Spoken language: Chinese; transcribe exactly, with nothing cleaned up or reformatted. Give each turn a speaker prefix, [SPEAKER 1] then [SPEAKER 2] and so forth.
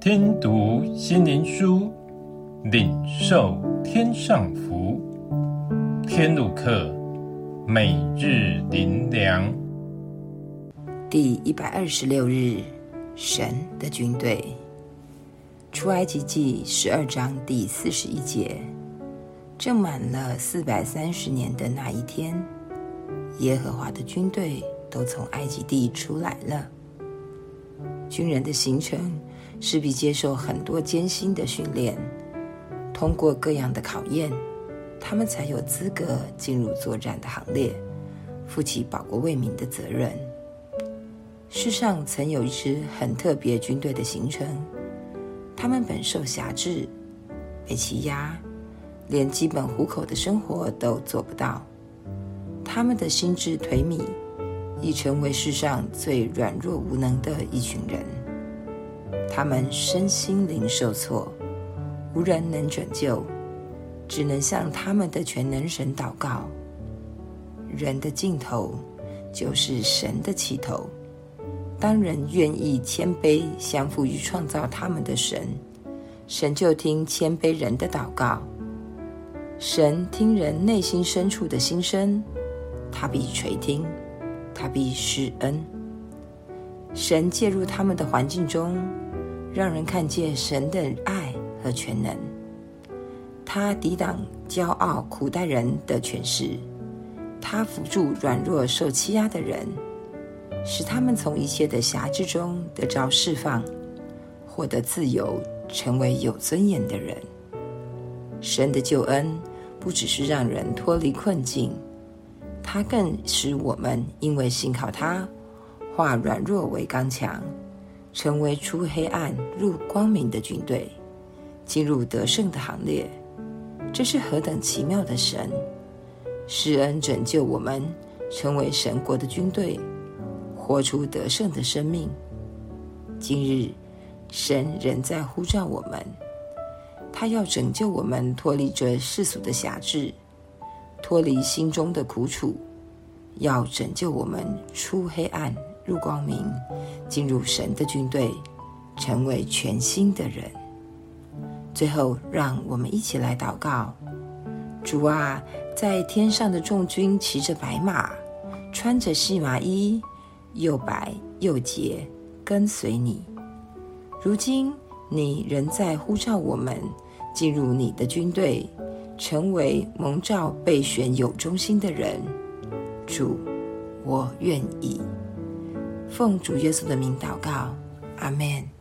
[SPEAKER 1] 听读心灵书，领受天上福。天路客，每日灵粮。
[SPEAKER 2] 第一百二十六日，神的军队。出埃及记十二章第四十一节，正满了四百三十年的那一天，耶和华的军队都从埃及地出来了。军人的行程势必接受很多艰辛的训练，通过各样的考验，他们才有资格进入作战的行列，负起保国卫民的责任。世上曾有一支很特别军队的形成，他们本受辖制，被欺压，连基本糊口的生活都做不到。他们的心智颓靡，已成为世上最软弱无能的一群人。他们身心灵受挫，无人能拯救，只能向他们的全能神祷告。人的尽头就是神的起头。当人愿意谦卑降服于创造他们的神，神就听谦卑人的祷告。神听人内心深处的心声，他必垂听，他必施恩。神介入他们的环境中，让人看见神的爱和全能。他抵挡骄傲苦待人的权势，他扶助软弱受欺压的人，使他们从一切的辖制中得着释放，获得自由，成为有尊严的人。神的救恩不只是让人脱离困境，他更使我们因为信靠他，化软弱为刚强，成为出黑暗入光明的军队，进入得胜的行列。这是何等奇妙的神！施恩拯救我们，成为神国的军队，活出得胜的生命。今日神仍在呼召我们，他要拯救我们脱离这世俗的辖制，脱离心中的苦楚，要拯救我们出黑暗入光明，进入神的军队，成为全新的人。最后让我们一起来祷告。主啊，在天上的众军骑着白马，穿着细麻衣，又白又洁，跟随你。如今你仍在呼召我们进入你的军队，成为蒙召被选有忠心的人。主，我愿意。奉主耶稣的名祷告，阿们。